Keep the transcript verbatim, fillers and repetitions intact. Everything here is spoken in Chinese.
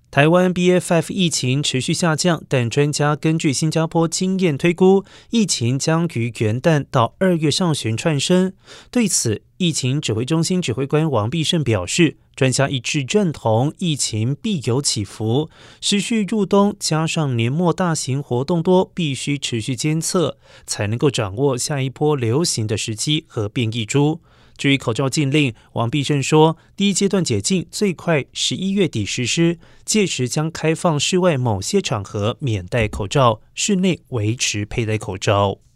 台湾 B A 五 疫情持续下降，但专家根据新加坡经验推估，疫情将于元旦到二月上旬窜升。对此，疫情指挥中心指挥官王必胜表示，专家一致认同疫情必有起伏，时序入冬加上年末大型活动多，必须持续监测，才能够掌握下一波流行的时机和变异株。至于口罩禁令，王必胜说，第一阶段解禁最快十一月底实施，届时将开放室外某些场合免戴口罩，室内维持佩戴口罩。